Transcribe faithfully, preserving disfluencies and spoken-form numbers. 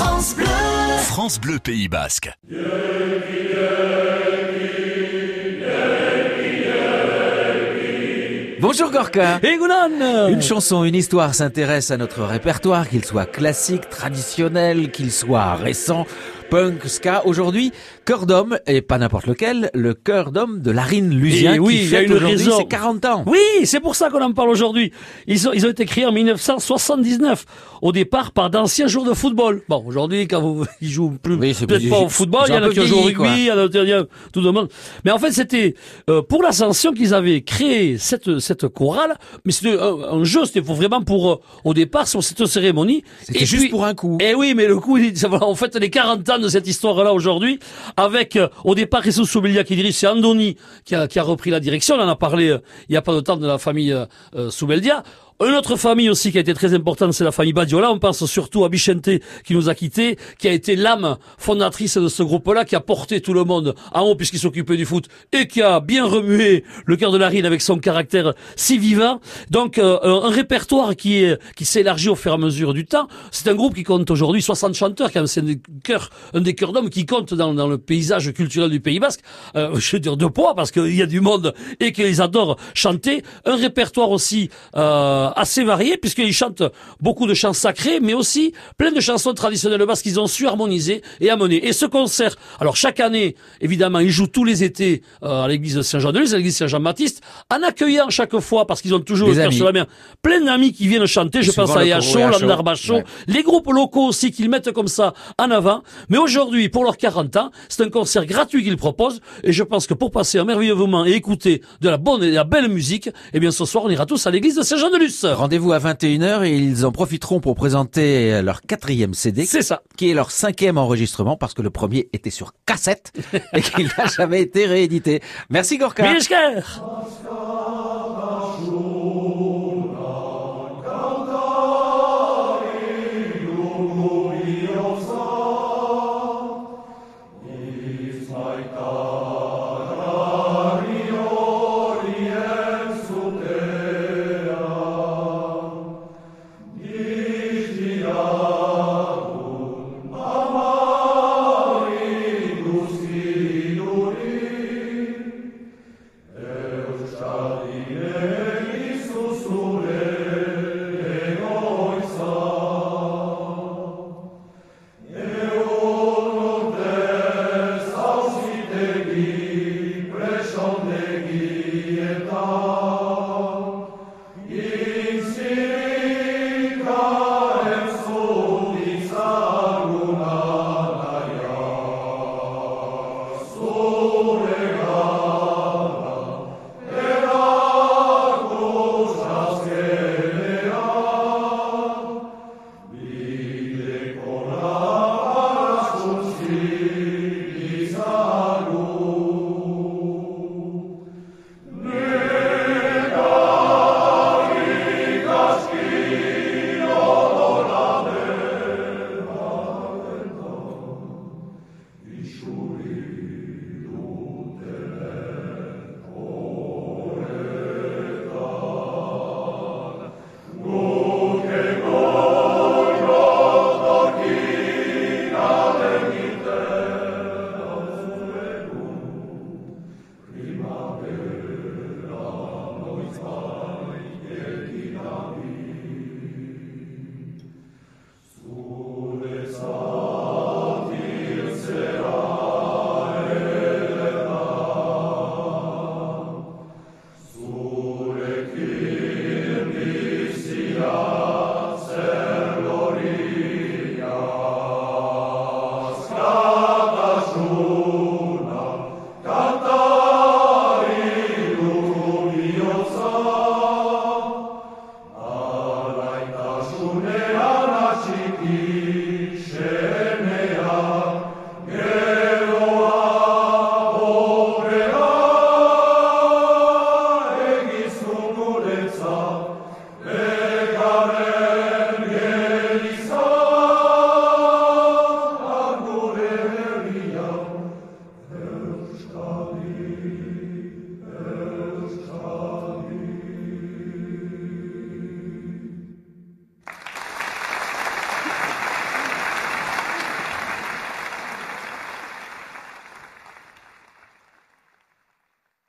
France Bleu. France Bleu Pays Basque. Bonjour Gorka. Et Gounan. Une chanson, une histoire s'intéresse à notre répertoire, qu'il soit classique, traditionnel, qu'il soit récent, punk, ska. Aujourd'hui, Cœur d'homme, et pas n'importe lequel, le Cœur d'homme de Larine Lusien, Et oui, qui il y a fête une aujourd'hui raison. ses quarante ans. Oui, c'est pour ça qu'on en parle aujourd'hui. Ils ont, ils ont été créés en mille neuf cent soixante-dix-neuf, au départ par d'anciens joueurs de football. Bon, aujourd'hui, quand vous, ils jouent plus, Oui, c'est peut-être plus- pas au ils- football, ils il y ont en un a peu qui jouent au vieilli, quoi. rugby, il y en a, il y a tout le monde. Mais en fait, c'était euh, pour l'ascension qu'ils avaient créé cette cette chorale, mais c'était un, un jeu, c'était pour- vraiment pour, euh, au départ, sur cette cérémonie. C'était Et juste puis- pour un coup. Eh oui, mais le coup, il- ça va, on fête les quarante ans de cette histoire-là aujourd'hui, avec, euh, au départ, Jesus Soubeldia qui dirige, c'est Andoni qui a, qui a repris la direction. On en a parlé euh, il y a pas de temps de la famille euh, euh, Soubeldia. Une autre famille aussi qui a été très importante, c'est la famille Badiola. On pense surtout à Bichente qui nous a quittés, qui a été l'âme fondatrice de ce groupe-là, qui a porté tout le monde en haut puisqu'il s'occupait du foot et qui a bien remué le cœur de Larine avec son caractère si vivant. Donc euh, un répertoire qui est qui s'élargit au fur et à mesure du temps. C'est un groupe qui compte aujourd'hui soixante chanteurs, quand même. C'est un des chœurs, un des chœurs d'hommes qui compte dans, dans le paysage culturel du Pays Basque. Euh, je veux dire de poids parce qu'il y a du monde et qu'ils adorent chanter. Un répertoire aussi euh, assez varié puisqu'ils chantent beaucoup de chants sacrés, mais aussi plein de chansons traditionnelles basques qu'ils ont su harmoniser et amener. Et ce concert, alors chaque année, évidemment, ils jouent tous les étés euh, à l'église de Saint-Jean-de-Luz, à l'église Saint-Jean-Baptiste, en accueillant chaque fois, parce qu'ils ont toujours Des le cœur amis. sur la main, plein d'amis qui viennent chanter. Je souvent pense à le Yacho, Coro Yacho. Landarbacho, Ouais. les groupes locaux aussi qu'ils mettent comme ça en avant. Mais aujourd'hui, pour leurs quarante ans, c'est un concert gratuit qu'ils proposent. Et je pense que pour passer un merveilleux moment et écouter de la bonne et de la belle musique, eh bien ce soir, on ira tous à l'église de Saint-Jean-de-Luz. Rendez-vous à vingt et une heures et ils en profiteront pour présenter leur quatrième C D, C'est ça. qui est leur cinquième enregistrement parce que le premier était sur cassette et qu'il n'a jamais été réédité. Merci Gorka. Milchker. Alaita sune anashiki